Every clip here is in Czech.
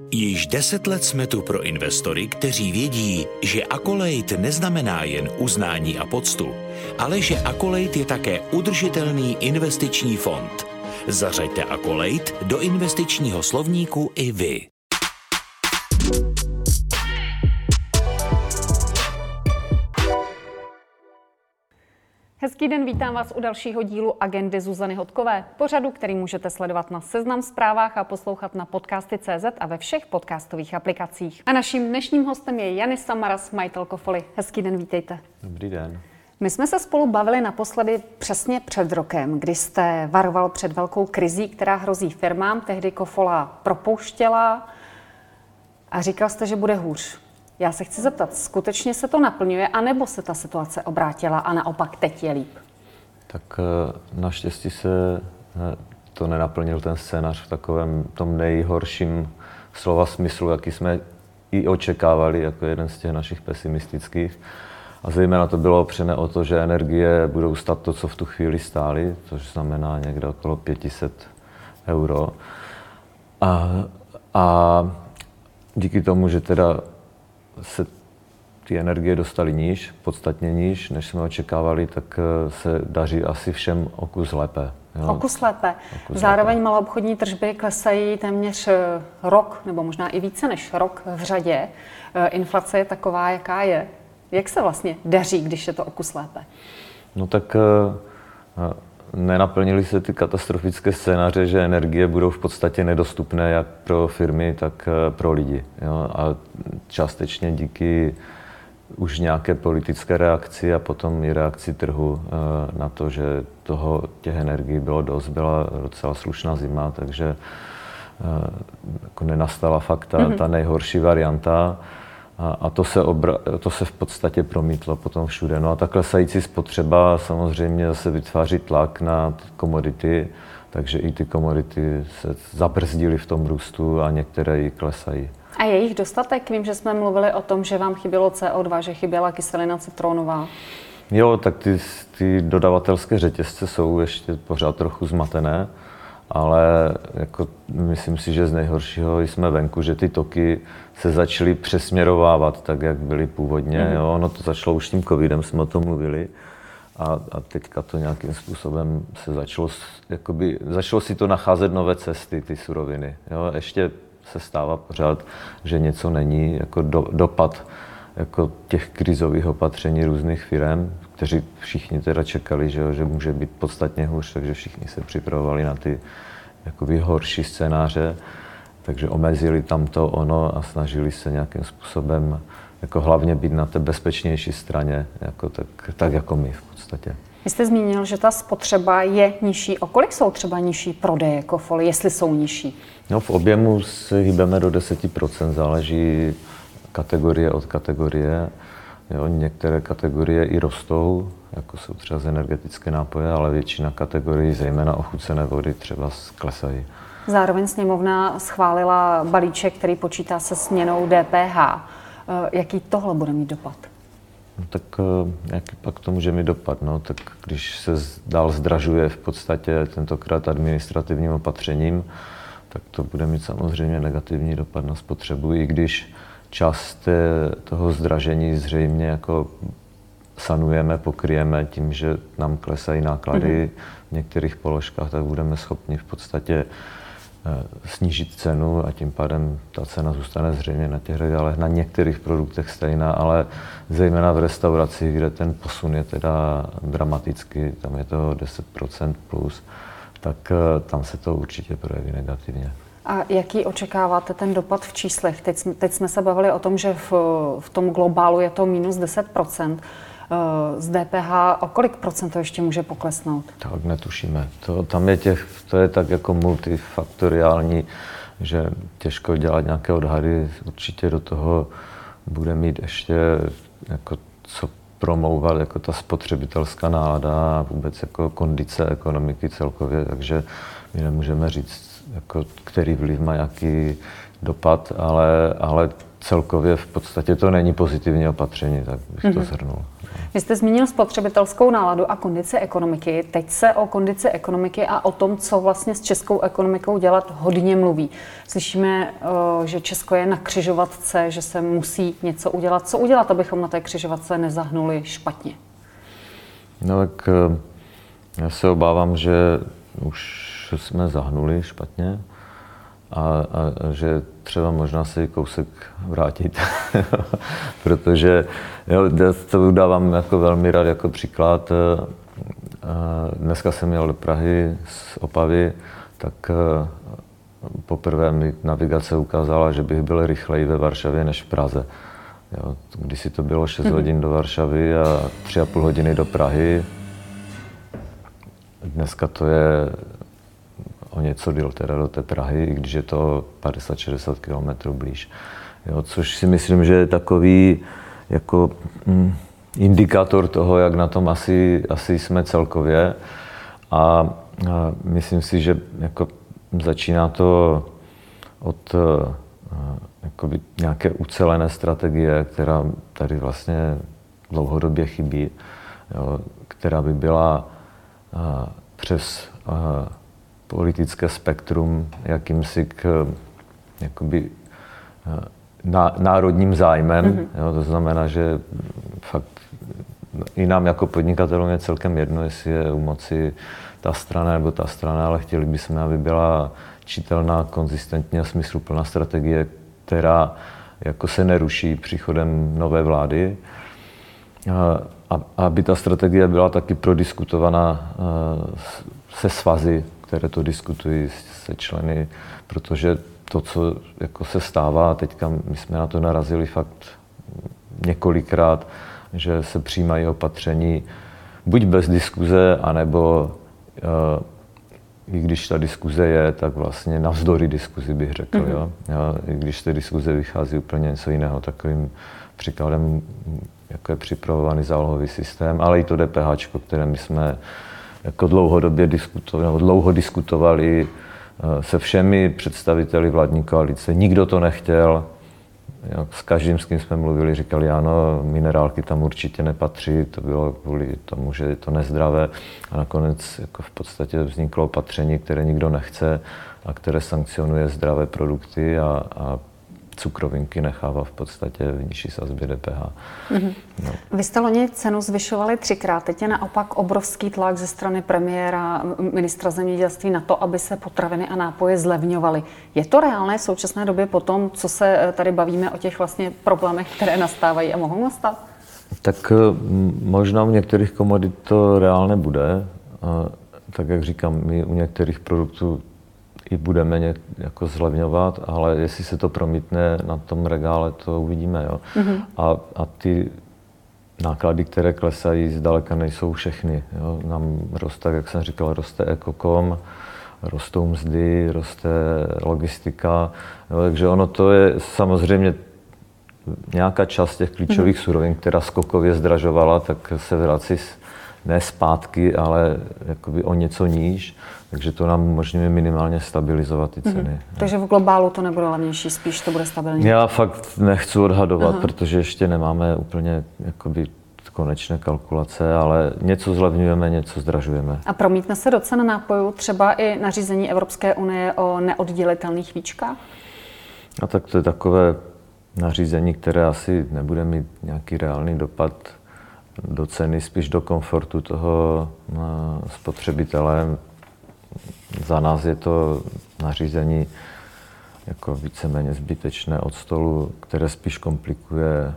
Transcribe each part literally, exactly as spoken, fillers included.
Již deset let jsme tu pro investory, kteří vědí, že Accolade neznamená jen uznání a poctu, ale že Accolade je také udržitelný investiční fond. Zařaďte Accolade do investičního slovníku i vy. Hezký den, vítám vás u dalšího dílu Agendy Zuzany Hodkové, pořadu, který můžete sledovat na Seznam Zprávách a poslouchat na podcasty tečka cé zet a ve všech podcastových aplikacích. A naším dnešním hostem je Janis Samaras, majitel Kofoly. Hezký den, vítejte. Dobrý den. My jsme se spolu bavili naposledy přesně před rokem, kdy jste varoval před velkou krizí, která hrozí firmám. Tehdy Kofola propouštěla a říkal jste, že bude hůř. Já se chci zeptat, skutečně se to naplňuje, anebo se ta situace obrátila a naopak teď je líp? Tak naštěstí se to nenaplnil ten scénář v takovém tom nejhorším slova smyslu, jaký jsme i očekávali, jako jeden z těch našich pesimistických. A zejména to bylo opřené o to, že energie budou stát to, co v tu chvíli stály, což znamená někde okolo pět set euro. A, a díky tomu, že teda se ty energie dostaly níž, podstatně níž, než jsme očekávali, tak se daří asi všem o kus lépe. Jo? O kus lépe. O kus Zároveň lépe. Maloobchodní tržby klesají téměř rok, nebo možná i více než rok v řadě. Inflace je taková, jaká je. Jak se vlastně daří, když je to o kus lépe? No tak nenaplnily se ty katastrofické scénáře, že energie budou v podstatě nedostupné jak pro firmy, tak pro lidi. Jo? A částečně díky už nějaké politické reakci a potom i reakci trhu na to, že toho těch energií bylo dost, byla docela slušná zima, takže jako nenastala fakt ta, mm-hmm. ta nejhorší varianta. A, a to, se obra, to se v podstatě promítlo potom všude. No a ta klesající spotřeba samozřejmě zase vytváří tlak na komodity, takže i ty komodity se zabrzdily v tom růstu a některé i klesají. A je jich dostatek? Vím, že jsme mluvili o tom, že vám chybělo C O dva, že chyběla kyselina citronová. Jo, tak ty, ty dodavatelské řetězce jsou ještě pořád trochu zmatené, ale jako myslím si, že z nejhoršího jsme venku, že ty toky se začaly přesměrovávat tak, jak byly původně. Mm. Jo, ono to začalo už tím covidem, jsme o tom mluvili. A, a teďka to nějakým způsobem se začalo, jakoby, začalo si to nacházet nové cesty, ty suroviny. Jo, ještě se stává pořád, že něco není, jako do, dopad jako těch krizových opatření různých firem, kteří všichni teda čekali, že, že může být podstatně hůř, takže všichni se připravovali na ty jakoby horší scénáře, takže omezili tam to ono a snažili se nějakým způsobem jako hlavně být na té bezpečnější straně, jako tak, tak jako my v podstatě. Vy jste zmínil, že ta spotřeba je nižší. O kolik jsou třeba nižší prodeje Kofoly, jestli jsou nižší? No v objemu se hýbeme do deset procent, záleží kategorie od kategorie. Jo, některé kategorie i rostou, jako jsou třeba z energetické nápoje, ale většina kategorií, zejména ochucené vody, třeba klesají. Zároveň sněmovna schválila balíček, který počítá se směnou D P H. Jaký tohle bude mít dopad? No, tak jaký pak to může mít dopad? No, tak když se dál zdražuje v podstatě tentokrát administrativním opatřením, tak to bude mít samozřejmě negativní dopad na spotřebu, i když část toho zdražení zřejmě jako sanujeme, pokryjeme tím, že nám klesají náklady mm-hmm. v některých položkách, tak budeme schopni v podstatě snížit cenu a tím pádem ta cena zůstane zřejmě na těch regálech, na některých produktech stejná, ale zejména v restauracích, kde ten posun je teda dramatický, tam je to deset procent plus, tak tam se to určitě projeví negativně. A jaký očekáváte ten dopad v číslech? Teď, teď jsme se bavili o tom, že v, v tom globálu je to minus deset procent. Z D P H o kolik procent to ještě může poklesnout? Tak netušíme. To, tam je těch, to je tak jako multifaktoriální, že těžko dělat nějaké odhady. Určitě do toho bude mít ještě jako co promlouvat jako ta spotřebitelská nálada a vůbec jako kondice ekonomiky celkově, takže my nemůžeme říct, jako, který vliv má jaký dopad, ale, ale celkově v podstatě to není pozitivní opatření, tak bych mm-hmm. to shrnul. Vy jste zmínil spotřebitelskou náladu a kondici ekonomiky. Teď se o kondici ekonomiky a o tom, co vlastně s českou ekonomikou dělat, hodně mluví. Slyšíme, že Česko je na křižovatce, že se musí něco udělat. Co udělat, abychom na té křižovatce nezahnuli špatně? No tak já se obávám, že už jsme zahnuli špatně a, a, a že třeba možná se i kousek vrátit, protože jo, já to udávám jako velmi rád jako příklad. Dneska jsem jel do Prahy z Opavy, tak poprvé mi navigace ukázala, že bych byl rychleji ve Varšavě než v Praze. Jo, když si to bylo šest mm-hmm. hodin do Varšavy a tři a půl hodiny do Prahy, dneska to je o něco díl teda do té Prahy, i když je to padesát šedesát kilometrů blíž. Jo, což si myslím, že je takový jako mm, indikátor toho, jak na tom asi, asi jsme celkově. A, a myslím si, že jako začíná to od a, jakoby nějaké ucelené strategie, která tady vlastně dlouhodobě chybí, jo, která by byla a, přes a, politické spektrum jakýmsi k jakoby, ná, národním zájmem. Mm-hmm. Jo, to znamená, že fakt i nám jako podnikatelům je celkem jedno, jestli je u moci ta strana nebo ta strana, ale chtěli bychom, aby byla čitelná, konzistentní a smysluplná strategie, která jako se neruší příchodem nové vlády. A, a aby ta strategie byla taky prodiskutovaná se svazy, které to diskutují se členy, protože to, co jako se stává, teďka my jsme na to narazili fakt několikrát, že se přijímají opatření buď bez diskuze, anebo uh, i když ta diskuze je, tak vlastně navzdory diskuzi bych řekl. Mm-hmm. Jo? Jo? I když z té diskuze vychází úplně něco jiného, takovým příkladem, jako je připravovaný zálohový systém, ale i to DPHčko, které my jsme jako dlouhodobě diskutovali, nebo dlouho diskutovali se všemi představiteli vládní koalice. Nikdo to nechtěl. S každým, s kým jsme mluvili, říkali, ano, minerálky tam určitě nepatří, to bylo kvůli tomu, že je to nezdravé. A nakonec jako v podstatě vzniklo opatření, které nikdo nechce a které sankcionuje zdravé produkty a, a cukrovinky nechává v podstatě v nižší sazbě D P H. Mm-hmm. No. Vy jste loni cenu zvyšovali třikrát, teď je naopak obrovský tlak ze strany premiéra, ministra zemědělství na to, aby se potraviny a nápoje zlevňovaly. Je to reálné v současné době po tom, co se tady bavíme o těch vlastně problémech, které nastávají a mohou nastat? Tak možná u některých komodit to reálné bude. Tak jak říkám, my u některých produktů i budeme ně, jako zlevňovat, ale jestli se to promítne na tom regále, to uvidíme. Jo? Mm-hmm. A, a ty náklady, které klesají, zdaleka nejsou všechny. Jo? Nám roste, jak jsem říkal, roste Ekokom, rostou mzdy, roste logistika. Jo? Takže ono to je samozřejmě nějaká část těch klíčových mm-hmm. surovin, která skokově zdražovala, tak se vrací ne zpátky, ale jakoby o něco níž. Takže to nám umožňuje minimálně stabilizovat ty ceny. Mm-hmm. Takže v globálu to nebude levnější, spíš to bude stabilní? Já fakt nechci odhadovat, Aha. protože ještě nemáme úplně jakoby konečné kalkulace, ale něco zlevňujeme, něco zdražujeme. A promítne se do cen nápojů třeba i nařízení Evropské unie o neoddělitelných víčkách? A tak to je takové nařízení, které asi nebude mít nějaký reálný dopad do ceny, spíš do komfortu toho spotřebitele. Za nás je to nařízení jako víceméně zbytečné od stolu, které spíš komplikuje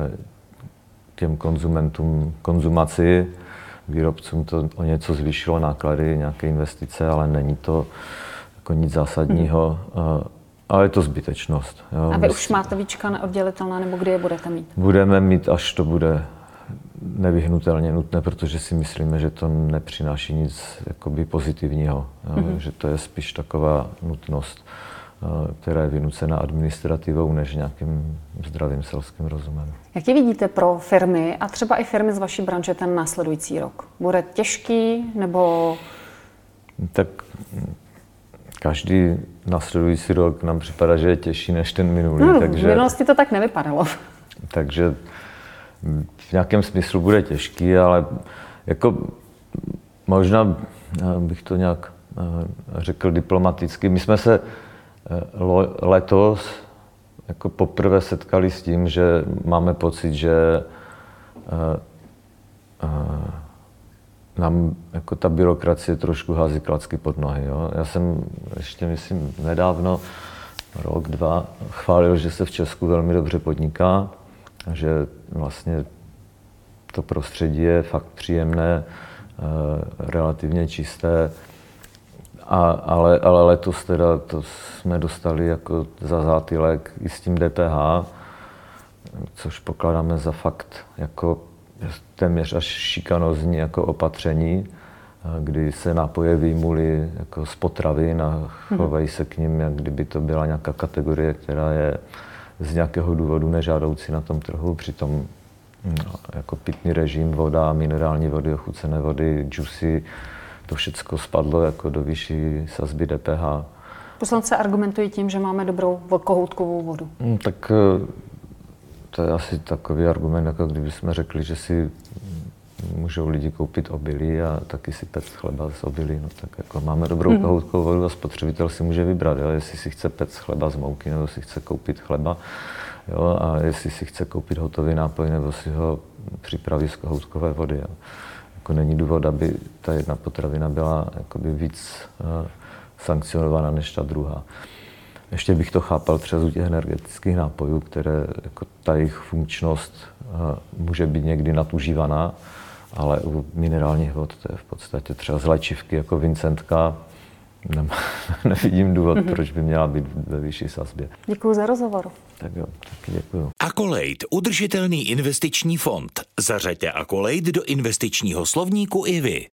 těm konzumentům konzumaci. Výrobcům to o něco zvýšilo náklady, nějaké investice, ale není to jako nic zásadního. Hmm. Ale je to zbytečnost. Jo. A vy už máte víčka neoddělitelná, nebo kdy je budete mít? Budeme mít, až to bude nevyhnutelně nutné, protože si myslíme, že to nepřináší nic jakoby pozitivního. Jo? Mm-hmm. Že to je spíš taková nutnost, která je vynucena administrativou, než nějakým zdravým selským rozumem. Jak je vidíte pro firmy a třeba i firmy z vaší branže ten následující rok? Bude těžký nebo... Tak každý následující rok nám připadá, že je těžší než ten minulý. No, takže, v minulosti to tak nevypadalo. Takže v nějakém smyslu bude těžký, ale jako možná bych to nějak řekl diplomaticky. My jsme se letos jako poprvé setkali s tím, že máme pocit, že nám jako ta byrokracie trošku hází klacky pod nohy. Jo. Já jsem ještě, myslím, nedávno, rok, dva, chválil, že se v Česku velmi dobře podniká, že vlastně to prostředí je fakt příjemné, relativně čisté, a, ale, ale letos teda to jsme dostali jako za zátylek i s tím D P H, což pokládáme za fakt jako téměř až šikanózní jako opatření, kdy se nápoje vyjmuly jako z potravin a chovají se k nim, jak kdyby to byla nějaká kategorie, která je z nějakého důvodu nežádoucí na tom trhu. Přitom no, jako pitný režim, voda, minerální vody, ochucené vody, džusy, to všechno spadlo jako do vyšší sazby D P H. Poslanci argumentují tím, že máme dobrou kohoutkovou vodu. Hmm, tak to je asi takový argument, jako kdybychom řekli, že si můžou lidi koupit obilí a taky si pect chleba z obilí. No, tak jako máme dobrou mm. kohoutkovou vodu a spotřebitel si může vybrat, jo, jestli si chce pect chleba z mouky, nebo si chce koupit chleba, jo, a jestli si chce koupit hotový nápoj, nebo si ho připraví z kohoutkové vody. Jo. Jako není důvod, aby ta jedna potravina byla jakoby víc uh, sankcionovaná než ta druhá. Ještě bych to chápal třeba u těch energetických nápojů, které jako ta jejich funkčnost uh, může být někdy nadužívaná, ale u minerálních vod to je v podstatě třeba z léčivky jako Vincentka. Ne, nevidím důvod, mm-hmm. proč by měla být ve vyšší sazbě. Děkuji za rozhovor. Tak jo, taky děkuju. Accolade, udržitelný investiční fond. Zařaďte Accolade do investičního slovníku i vy.